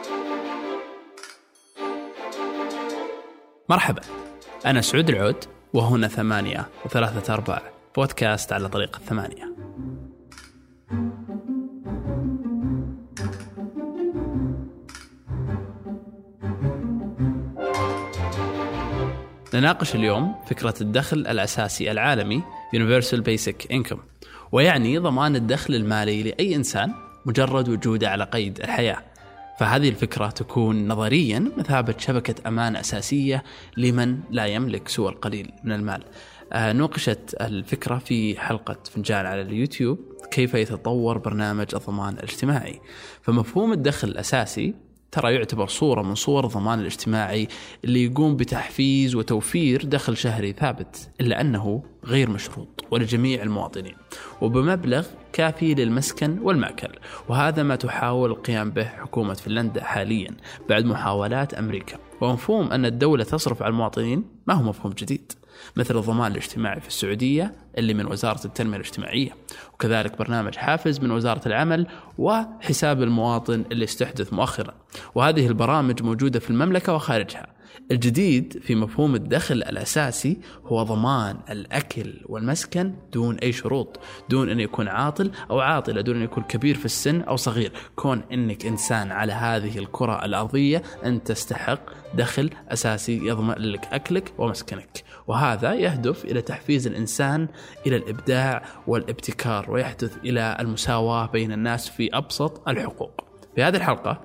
مرحبا، أنا سعود العود، وهنا 8 3/4 بودكاست على طريق 8. نناقش اليوم فكرة الدخل الأساسي العالمي Universal Basic Income، ويعني ضمان الدخل المالي لأي إنسان مجرد وجوده على قيد الحياة. فهذه الفكرة تكون نظرياً مثابة شبكة أمان أساسية لمن لا يملك سوى القليل من المال. نوقشت الفكرة في حلقة فنجان على اليوتيوب كيف يتطور برنامج الضمان الاجتماعي. فمفهوم الدخل الأساسي ترى يعتبر صورة من صور الضمان الاجتماعي اللي يقوم بتحفيز وتوفير دخل شهري ثابت، إلا أنه غير مشروط ولجميع المواطنين وبمبلغ كافي للمسكن والمأكل. وهذا ما تحاول القيام به حكومة فنلندا حاليا بعد محاولات أمريكا. ومفهوم أن الدولة تصرف على المواطنين ما هو مفهوم جديد، مثل الضمان الاجتماعي في السعودية اللي من وزارة التنمية الاجتماعية، وكذلك برنامج حافز من وزارة العمل، وحساب المواطن اللي استحدث مؤخرا. وهذه البرامج موجودة في المملكة وخارجها. الجديد في مفهوم الدخل الأساسي هو ضمان الأكل والمسكن دون أي شروط، دون أن يكون عاطل أو عاطلة، دون أن يكون كبير في السن أو صغير. كون أنك إنسان على هذه الكرة الأرضية أنت تستحق دخل أساسي يضمن لك أكلك ومسكنك. وهذا يهدف إلى تحفيز الإنسان إلى الإبداع والابتكار، ويحدث إلى المساواة بين الناس في أبسط الحقوق. في هذه الحلقة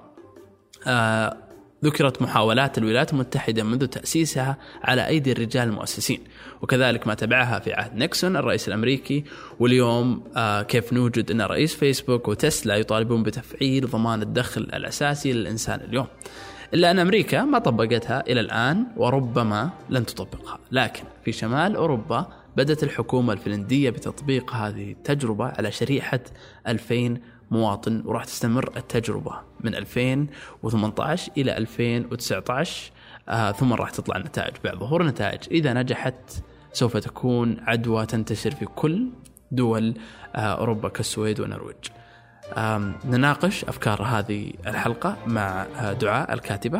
ذكرت محاولات الولايات المتحدة منذ تأسيسها على أيدي الرجال المؤسسين، وكذلك ما تبعها في عهد نيكسون الرئيس الأمريكي. واليوم كيف نوجد أن رئيس فيسبوك وتسلا يطالبون بتفعيل ضمان الدخل الأساسي للإنسان اليوم، إلا أن أمريكا ما طبقتها إلى الآن وربما لن تطبقها. لكن في شمال أوروبا بدأت الحكومة الفنلندية بتطبيق هذه التجربة على شريحة 2000 مواطن، وراح تستمر التجربة من 2018 إلى 2019. ثم راح تطلع النتائج. بعد ظهور النتائج إذا نجحت سوف تكون عدوى تنتشر في كل دول أوروبا كالسويد والنرويج. نناقش أفكار هذه الحلقة مع دعاء الكاتبة.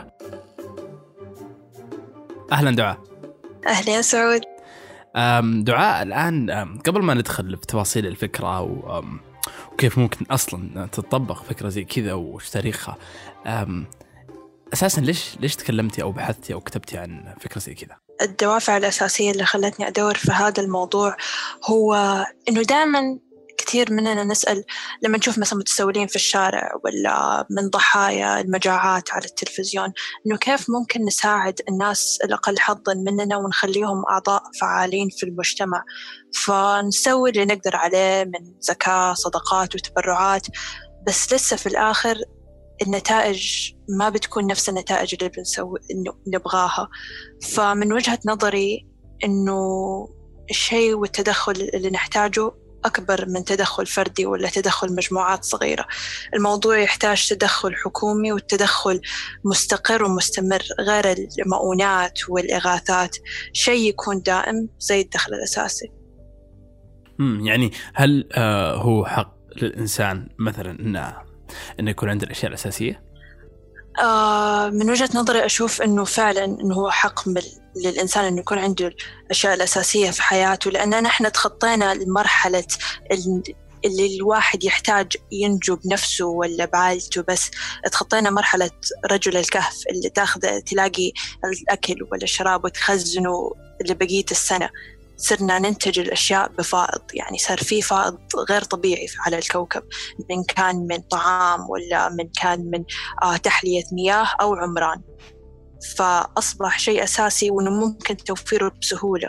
أهلا دعاء. أهلا يا سعود. دعاء، الآن قبل ما ندخل في تفاصيل الفكرة وكيف ممكن أصلا تطبق فكرة زي كذا وش تاريخها، أساسا ليش تكلمتي أو بحثتي أو كتبتي عن فكرة زي كذا؟ الدوافع الأساسية اللي خلتني أدور في هذا الموضوع هو إنه دائما كثير مننا نسأل لما نشوف مثلا متسولين في الشارع ولا من ضحايا المجاعات على التلفزيون، إنه كيف ممكن نساعد الناس الأقل حظاً مننا ونخليهم أعضاء فعالين في المجتمع. فنسوي اللي نقدر عليه من زكاة، صدقات وتبرعات، بس لسه في الآخر النتائج ما بتكون نفس النتائج اللي إنه نبغاها. فمن وجهة نظري إنه الشيء والتدخل اللي نحتاجه أكبر من تدخل فردي ولا تدخل مجموعات صغيرة. الموضوع يحتاج تدخل حكومي والتدخل مستقر ومستمر، غير المؤونات والإغاثات، شيء يكون دائم زي الدخل الأساسي. يعني هل هو حق للإنسان مثلا إنه يكون عنده الأشياء الأساسية؟ من وجهة نظري أشوف إنه فعلاً إنه هو حق للإنسان إنه يكون عنده الأشياء الأساسية في حياته، لأننا نحن تخطينا المرحلة اللي الواحد يحتاج ينجو بنفسه ولا بعائلته بس. تخطينا مرحلة رجل الكهف اللي تلاقي الأكل ولا الشراب وتخزنه لبقية السنة. صرنا ننتج الأشياء بفائض، يعني صار في فائض غير طبيعي على الكوكب، من كان من طعام ولا من كان من تحلية مياه أو عمران. فأصبح شيء أساسي وإنه ممكن توفيره بسهولة.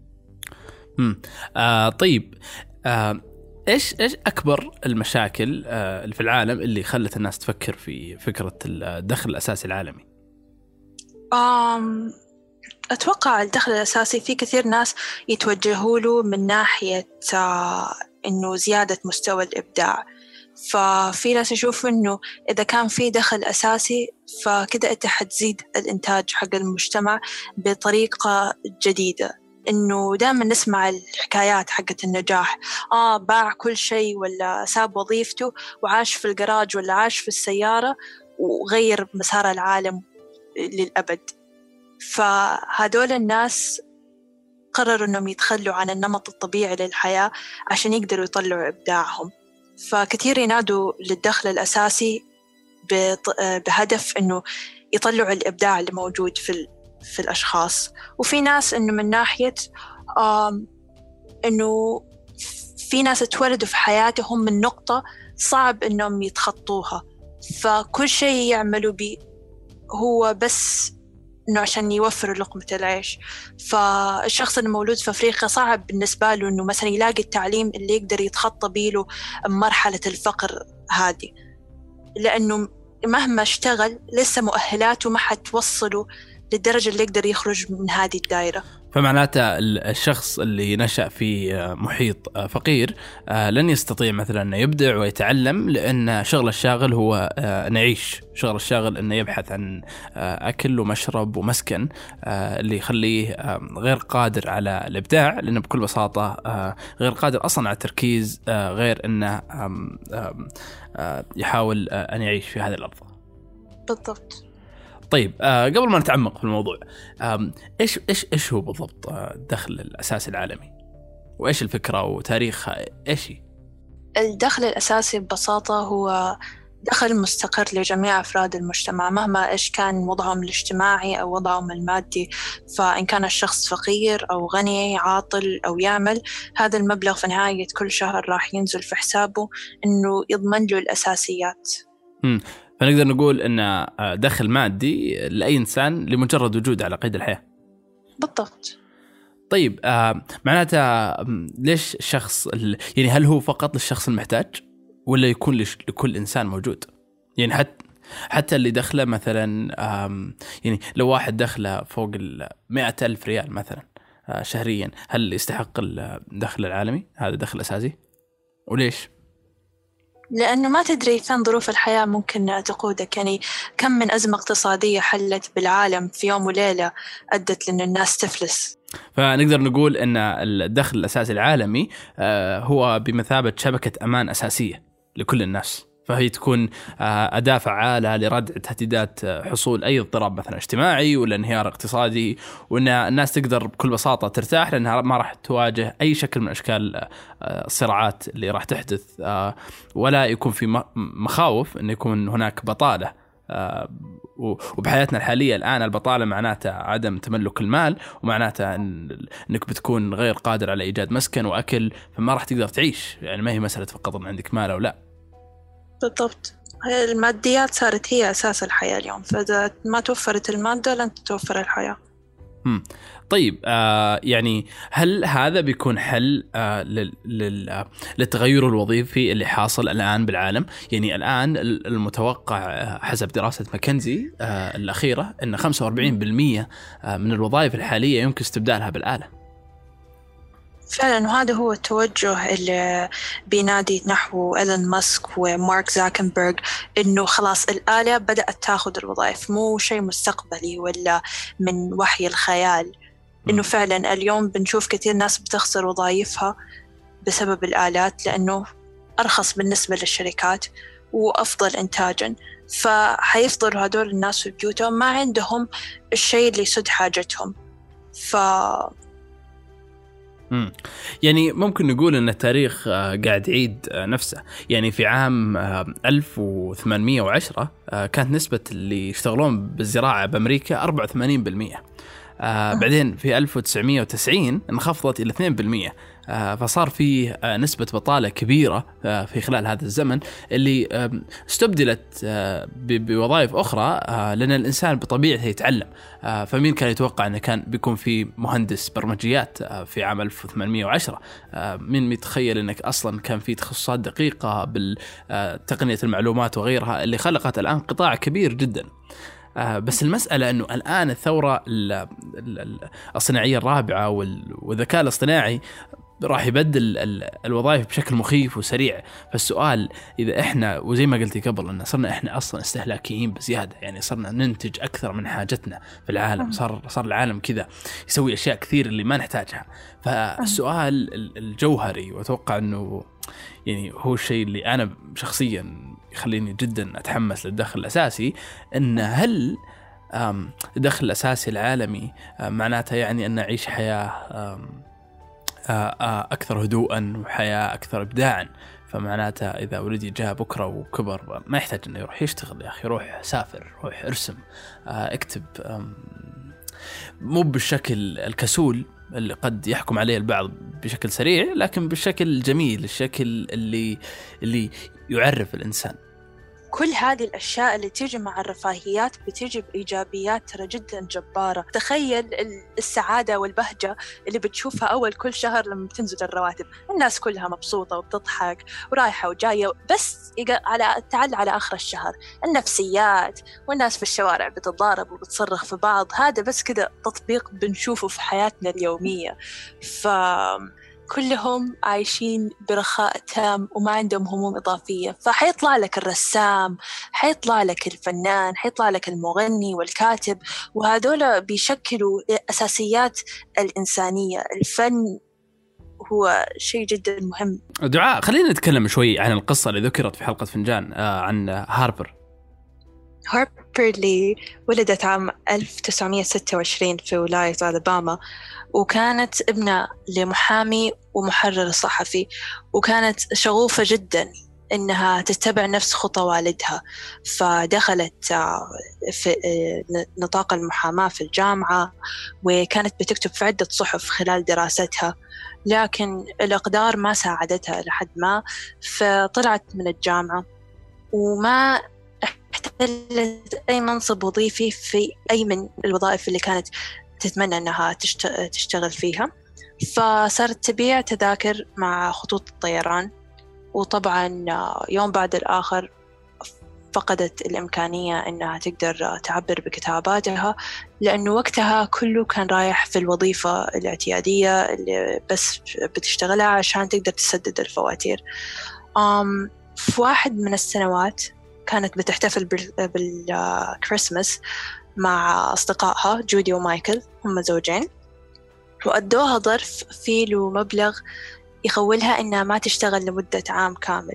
طيب، إيش أكبر المشاكل اللي في العالم اللي خلت الناس تفكر في فكرة الدخل الأساسي العالمي؟ أتوقع الدخل الأساسي في كثير ناس يتوجهوا له من ناحية إنه زيادة مستوى الإبداع. ففي ناس يشوفوا إنه إذا كان في دخل أساسي فكده أنت حتزيد الإنتاج حق المجتمع بطريقة جديدة. إنه دائما نسمع الحكايات حقت النجاح، باع كل شيء ولا ساب وظيفته وعاش في الجراج ولا عاش في السيارة وغير مسار العالم للأبد. فهدول الناس قرروا أنهم يتخلوا عن النمط الطبيعي للحياة عشان يقدروا يطلعوا إبداعهم. فكثير ينادوا للدخل الأساسي بهدف أنه يطلعوا الإبداع اللي موجود في الأشخاص. وفي ناس أنه من ناحية أنه في ناس اتولدوا في حياتهم من نقطة صعب أنهم يتخطوها، فكل شيء يعملوا به هو بس إنه عشان يوفروا لقمة العيش. فالشخص المولود في أفريقيا صعب بالنسبة له إنه مثلا يلاقي التعليم اللي يقدر يتخطى بيله مرحلة الفقر هذه، لأنه مهما اشتغل لسه مؤهلاته ما حتوصله للدرجة اللي يقدر يخرج من هذه الدائرة. فمعناته الشخص اللي نشأ في محيط فقير لن يستطيع مثلا أن يبدع ويتعلم، لأن شغل الشاغل هو أن يعيش، شغل الشاغل أن يبحث عن أكل ومشرب ومسكن، اللي يخليه غير قادر على الإبداع، لأنه بكل بساطة غير قادر أصلا على التركيز، غير أنه يحاول أن يعيش في هذه الأرض. بالضبط. طيب قبل ما نتعمق في الموضوع، إيش هو بالضبط الدخل الأساسي العالمي؟ وإيش الفكرة وتاريخها؟ إيش الدخل الأساسي ببساطة هو دخل مستقر لجميع أفراد المجتمع مهما إيش كان وضعهم الاجتماعي أو وضعهم المادي. فإن كان الشخص فقير أو غني، عاطل أو يعمل، هذا المبلغ في نهاية كل شهر راح ينزل في حسابه إنه يضمن له الأساسيات. فنقدر نقول إن دخل مادي لأي إنسان لمجرد وجوده على قيد الحياة. بالضبط. طيب معناته ليش شخص يعني هل هو فقط للشخص المحتاج ولا يكون لكل إنسان موجود؟ يعني حتى اللي دخله مثلا يعني لو واحد دخله فوق 100,000 ريال مثلا شهريا، هل يستحق الدخل العالمي؟ هذا دخل أساسي. وليش؟ لأنه ما تدري فين ظروف الحياة ممكن تقودك. يعني كم من أزمة اقتصادية حلت بالعالم في يوم وليلة أدت لأن الناس تفلس. فنقدر نقول أن الدخل الأساسي العالمي هو بمثابة شبكة أمان أساسية لكل الناس، فهي تكون أداة فعالة لردع تهديدات حصول أي اضطراب مثلا اجتماعي ولا انهيار اقتصادي، وأن الناس تقدر بكل بساطة ترتاح لأنها ما راح تواجه أي شكل من أشكال الصراعات اللي راح تحدث، ولا يكون في مخاوف أن يكون هناك بطالة. وبحياتنا الحالية الآن البطالة معناتها عدم تملك المال، ومعناتها أنك بتكون غير قادر على إيجاد مسكن وأكل، فما راح تقدر تعيش. يعني ما هي مسألة فقط أن عندك مال أو لا. بالضبط. الماديات صارت هي أساس الحياة اليوم، فإذا ما توفرت المادة لن تتوفر الحياة. طيب يعني هل هذا بيكون حل للتغير الوظيفي اللي حاصل الآن بالعالم؟ يعني الآن المتوقع حسب دراسة ماكنزي الأخيرة أن 45% من الوظائف الحالية يمكن استبدالها بالآلة. فعلا، وهذا هو التوجه اللي بينادي نحو إيلون ماسك ومارك زاكنبرغ، إنه خلاص الآلة بدأت تأخذ الوظائف، مو شيء مستقبلي ولا من وحي الخيال. إنه فعلا اليوم بنشوف كثير ناس بتخسر وظائفها بسبب الآلات، لأنه أرخص بالنسبة للشركات وأفضل إنتاجا. فحيفضلوا هدول الناس في بيوتهم ما عندهم الشيء اللي يسد حاجتهم. يعني ممكن نقول أن التاريخ قاعد يعيد نفسه. يعني في عام 1810 كانت نسبة اللي يشتغلون بالزراعة بأمريكا 84%. بعدين في 1990 انخفضت إلى 2%. فصار فيه نسبة بطالة كبيرة في خلال هذا الزمن، اللي استبدلت بوظائف أخرى، لأن الإنسان بطبيعته يتعلم. فمين كان يتوقع أنه كان بيكون في مهندس برمجيات في عام 1810؟ مين متخيل أنك أصلا كان في تخصصات دقيقة بالتقنية المعلومات وغيرها اللي خلقت الآن قطاع كبير جدا. بس المسألة أنه الآن الثورة الصناعية الرابعة والذكاء الاصطناعي راح يبدل الوظائف بشكل مخيف وسريع. فالسؤال إذا إحنا وزي ما قلتي قبل أن صرنا إحنا أصلا استهلاكيين بزيادة، يعني صرنا ننتج أكثر من حاجتنا في العالم، صار العالم كذا يسوي أشياء كثير اللي ما نحتاجها. فالسؤال الجوهري وأتوقع أنه يعني هو الشيء اللي أنا شخصيا يخليني جدا أتحمس للدخل الأساسي، أن هل الدخل الأساسي العالمي معناته يعني أن نعيش حياة أكثر هدوءا وحياة أكثر إبداعا. فمعناته إذا ولدي جاء بكرة وكبر ما يحتاج أنه يروح يشتغل، يا أخي روح سافر، روح ارسم، اكتب، مو بالشكل الكسول اللي قد يحكم عليه البعض بشكل سريع، لكن بالشكل الجميل، الشكل اللي يعرف الإنسان. كل هذه الأشياء اللي تيجي مع الرفاهيات بتيجي بإيجابيات ترى جدا جبارة. تخيل السعادة والبهجة اللي بتشوفها أول كل شهر لما بتنزل الرواتب، الناس كلها مبسوطة وبتضحك ورايحة وجاية، بس تعال على آخر الشهر النفسيات والناس في الشوارع بتتضارب وبتصرخ في بعض. هذا بس كده تطبيق بنشوفه في حياتنا اليومية. كلهم عايشين برخاء تام وما عندهم هموم إضافية. فحيطلع لك الرسام، حيطلع لك الفنان، حيطلع لك المغني والكاتب، وهذول بيشكلوا أساسيات الإنسانية. الفن هو شيء جدا مهم. دعاء، خلينا نتكلم شوي عن القصة اللي ذكرت في حلقة فنجان عن هاربر اللي ولدت عام 1926 في ولاية ألاباما، وكانت ابنة لمحامي ومحرر صحفي، وكانت شغوفة جدا إنها تتبع نفس خطى والدها. فدخلت في نطاق المحاماة في الجامعة، وكانت بتكتب في عدة صحف خلال دراستها، لكن الأقدار ما ساعدتها لحد ما. فطلعت من الجامعة وما احتلت أي منصب وظيفي في أي من الوظائف اللي كانت تتمنى أنها تشتغل فيها. فصارت تبيع تذاكر مع خطوط الطيران، وطبعا يوم بعد الآخر فقدت الإمكانية أنها تقدر تعبر بكتاباتها، لأنه وقتها كله كان رايح في الوظيفة الاعتيادية اللي بس بتشتغلها عشان تقدر تسدد الفواتير. في واحد من السنوات كانت بتحتفل بالكريسماس مع أصدقائها جودي ومايكل، هم زوجين، وأدوها ظرف فيه له مبلغ يخولها إنها ما تشتغل لمدة عام كامل.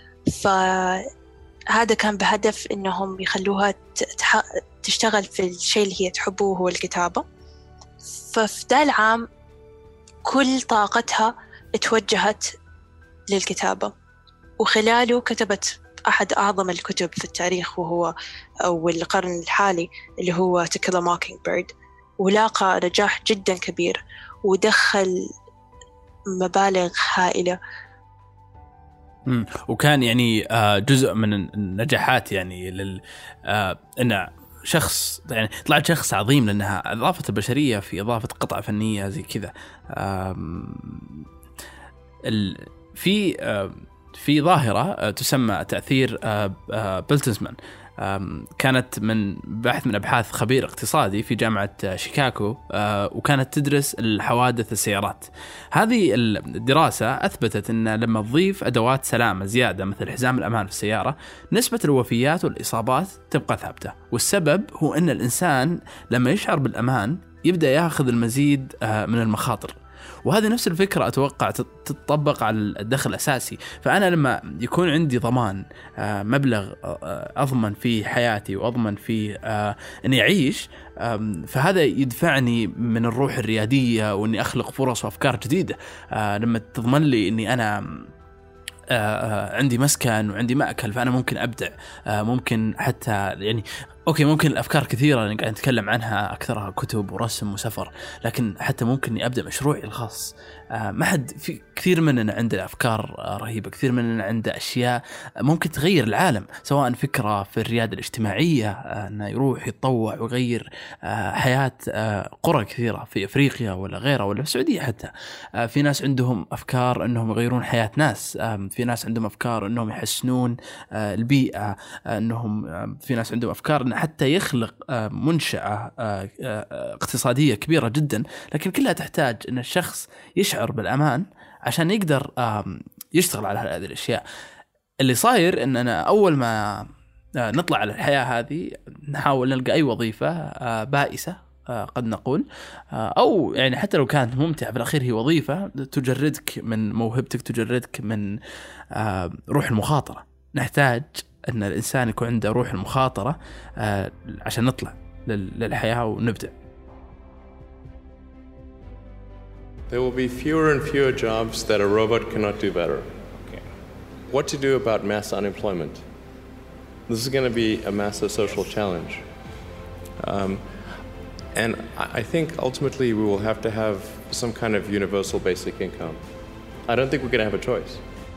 فهذا كان بهدف إنهم يخلوها تشتغل في الشيء اللي هي تحبه وهو الكتابة. ففي ذا العام كل طاقتها اتوجهت للكتابة، وخلاله كتبت أحد أعظم الكتب في التاريخ وهو أو القرن الحالي اللي هو To Kill a Mockingbird، ولاقى نجاح جدا كبير ودخل مبالغ هائلة. وكان يعني جزء من النجاحات يعني إن شخص يعني طلعت شخص عظيم، لأنها أضافت البشرية في إضافة قطعة فنية زي كذا. في ظاهرة تسمى تأثير بلتزمان، كانت من بحث من أبحاث خبير اقتصادي في جامعة شيكاغو، وكانت تدرس الحوادث السيارات. هذه الدراسة أثبتت أن لما تضيف أدوات سلامة زيادة مثل حزام الأمان في السيارة، نسبة الوفيات والإصابات تبقى ثابتة. والسبب هو أن الإنسان لما يشعر بالأمان يبدأ يأخذ المزيد من المخاطر. وهذه نفس الفكرة أتوقع تطبق على الدخل الأساسي. فأنا لما يكون عندي ضمان مبلغ أضمن فيه حياتي وأضمن فيه أني أعيش، فهذا يدفعني من الروح الريادية وأني أخلق فرص وأفكار جديدة. لما تضمن لي أني أنا عندي مسكن وعندي مأكل، فأنا ممكن أبدع، ممكن حتى يعني أوكي ممكن الأفكار كثيرة اللي قاعد نتكلم عنها أكثرها كتب ورسم وسفر، لكن حتى ممكن إني أبدأ مشروعي الخاص. ما حد في كثير مننا عنده أفكار رهيبة، كثير مننا عنده أشياء ممكن تغير العالم، سواء فكرة في الريادة الاجتماعية أنه يروح يتطوع ويغير حياة قرى كثيرة في أفريقيا ولا غيرها ولا في السعودية حتى. في ناس عندهم أفكار أنهم يغيرون حياة ناس، في ناس عندهم أفكار أنهم يحسنون البيئة، أنهم في ناس عندهم أفكار أن حتى يخلق منشأة اقتصادية كبيرة جدا. لكن كلها تحتاج أن الشخص يشعر بالأمان عشان يقدر يشتغل على هذه الأشياء. اللي صاير إننا أول ما نطلع على الحياة هذه نحاول نلقى أي وظيفة بائسة قد نقول، أو يعني حتى لو كانت ممتعة في الأخير هي وظيفة تجردك من موهبتك، تجردك من روح المخاطرة. نحتاج أن الإنسان يكون عنده روح المخاطرة عشان نطلع للحياة ونبدأ. There will be fewer and fewer jobs that a robot cannot do better. Okay. What to do about mass unemployment? This is going to be a massive social challenge. And I think ultimately we will have to have some kind of universal basic income. I don't think we're going to have a choice.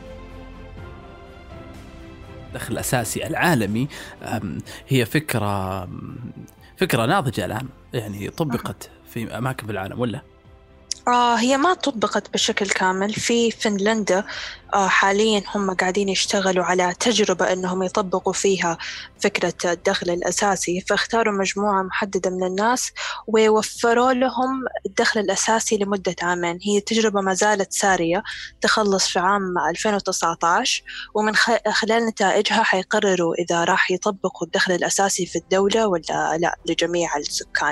الدخل الأساسي العالمي هي فكرة ناضجة الآن، يعني طبقت في أماكن في العالم ولا؟ هي ما طبقت بشكل كامل. في فنلندا حاليا هم قاعدين يشتغلوا على تجربة أنهم يطبقوا فيها فكرة الدخل الأساسي، فاختاروا مجموعة محددة من الناس ووفروا لهم الدخل الأساسي لمدة عامين. هي تجربة ما زالت سارية، تخلص في عام 2019، ومن خلال نتائجها حيقرروا إذا راح يطبقوا الدخل الأساسي في الدولة ولا لا لجميع السكان.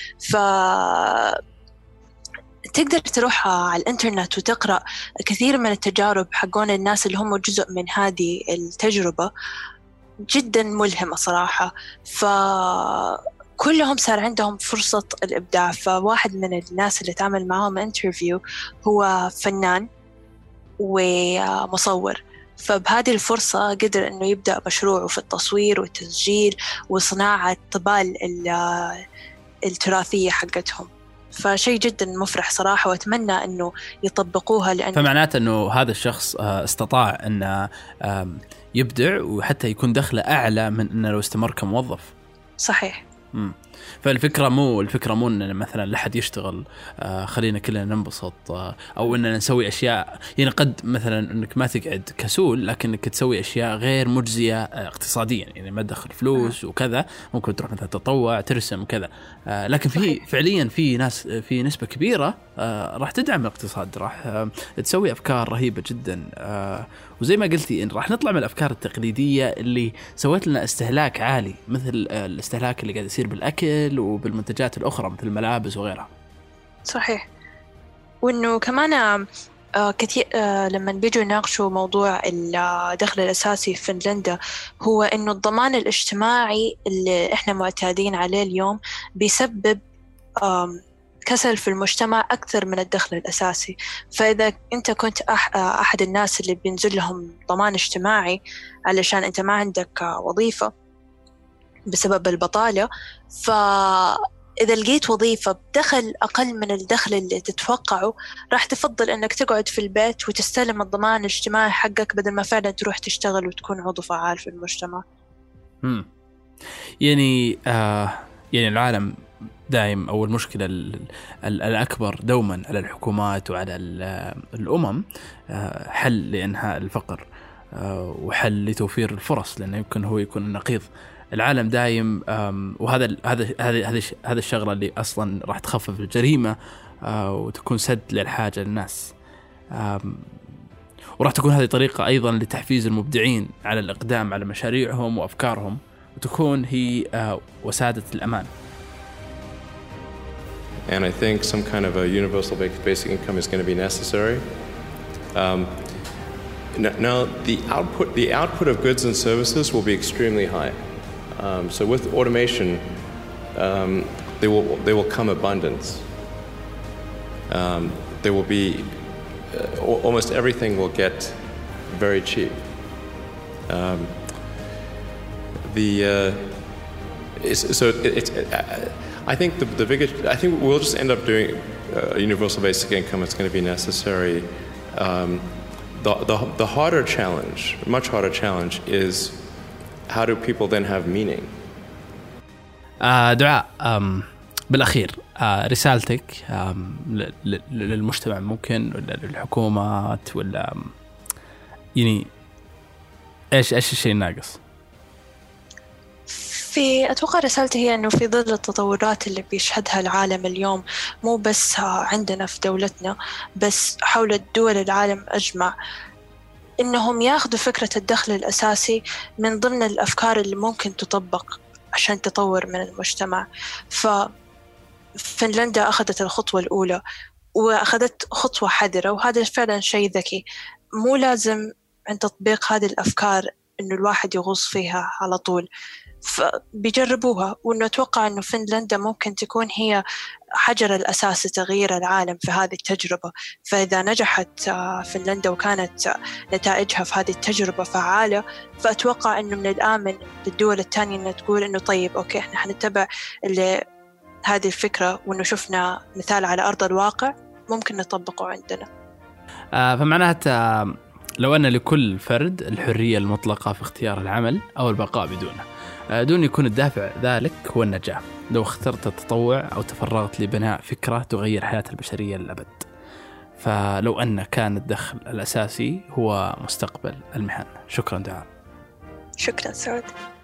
تقدر تروح على الإنترنت وتقرأ كثير من التجارب حقون الناس اللي هم جزء من هذه التجربة، جدا ملهمة صراحة. فكلهم صار عندهم فرصة الإبداع. فواحد من الناس اللي تعمل معهم انترفيو هو فنان ومصور، فبهذه الفرصة قدر أنه يبدأ مشروعه في التصوير والتسجيل وصناعة طبال التراثية حقتهم. فشيء جدا مفرح صراحة، وأتمنى أنه يطبقوها. لأن فمعناته أنه هذا الشخص استطاع أن يبدع وحتى يكون دخله أعلى من أنه لو استمر كموظف. صحيح. فالفكرة مو إن مثلا لحد يشتغل خلينا كلنا ننبسط، أو إننا نسوي أشياء. يعني قد مثلا إنك ما تقعد كسول، لكنك تسوي أشياء غير مجزية اقتصاديا، يعني ما تدخل فلوس وكذا. ممكن تروح مثلا تطوع، ترسم وكذا. لكن فعليا في ناس، في نسبة كبيرة راح تدعم الاقتصاد، راح تسوي أفكار رهيبة جدا. وزي ما قلتي إن راح نطلع من الأفكار التقليدية اللي سوت لنا استهلاك عالي، مثل الاستهلاك اللي قاعد يصير بالأكل وبالمنتجات الأخرى مثل الملابس وغيرها. صحيح. وإنه كمان كثير لما بيجوا يناقشوا موضوع الدخل الأساسي في فنلندا، هو إنه الضمان الاجتماعي اللي إحنا معتادين عليه اليوم بيسبب كسل في المجتمع أكثر من الدخل الأساسي. فإذا أنت كنت أحد الناس اللي بينزل لهم ضمان اجتماعي علشان أنت ما عندك وظيفة بسبب البطالة، فإذا لقيت وظيفة بدخل أقل من الدخل اللي تتوقعه، راح تفضل أنك تقعد في البيت وتستلم الضمان الاجتماعي حقك بدل ما فعلا تروح تشتغل وتكون عضو فعال في المجتمع. يعني العالم دائم، أو المشكلة الأكبر دوما على الحكومات وعلى الأمم حل لإنهاء الفقر وحل لتوفير الفرص، لأنه يمكن هو يكون النقيض. العالم دائم، وهذا هذا الشغلة اللي أصلا راح تخفف الجريمة وتكون سد للحاجة للناس، وراح تكون هذه طريقة أيضا لتحفيز المبدعين على الإقدام على مشاريعهم وأفكارهم، وتكون هي وسادة الأمان. And I think some kind of a universal basic income is going to be necessary. Now, the output of goods and services will be extremely high. So with automation, there will come abundance. There will be almost everything will get very cheap. I think the biggest. I think we'll just end up doing a universal basic income. It's going to be necessary. The harder challenge, much harder challenge, is how do people then have meaning? دعاء، بالأخير رسالتك للمجتمع ممكن، ولا للحكومات، ولا يعني إيش الشيء الناقص؟ أتوقع رسالتي هي أنه في ظل التطورات اللي بيشهدها العالم اليوم، مو بس عندنا في دولتنا، بس حول الدول العالم أجمع، إنهم ياخذوا فكرة الدخل الأساسي من ضمن الأفكار اللي ممكن تطبق عشان تطور من المجتمع. ففنلندا أخذت الخطوة الأولى وأخذت خطوة حذرة، وهذا فعلا شيء ذكي. مو لازم عند تطبيق هذه الأفكار إنه الواحد يغوص فيها على طول، فبيجربوها. وإنه أتوقع إنه فنلندا ممكن تكون هي حجر الأساس لتغيير العالم في هذه التجربة. فإذا نجحت فنلندا وكانت نتائجها في هذه التجربة فعالة، فأتوقع إنه من الآمن للدول الثانية إنها تقول إنه طيب أوكي إحنا حنتبع هذه الفكرة، وإنه شفنا مثال على أرض الواقع ممكن نطبقه عندنا. فمعناته لو أن لكل فرد الحرية المطلقة في اختيار العمل أو البقاء بدونه، دون يكون الدافع ذلك هو النجاح، لو اخترت التطوع أو تفرغت لبناء فكرة تغير حياة البشرية للأبد، فلو أن كان الدخل الأساسي هو مستقبل المهن. شكرا دعاء. شكرا سعود.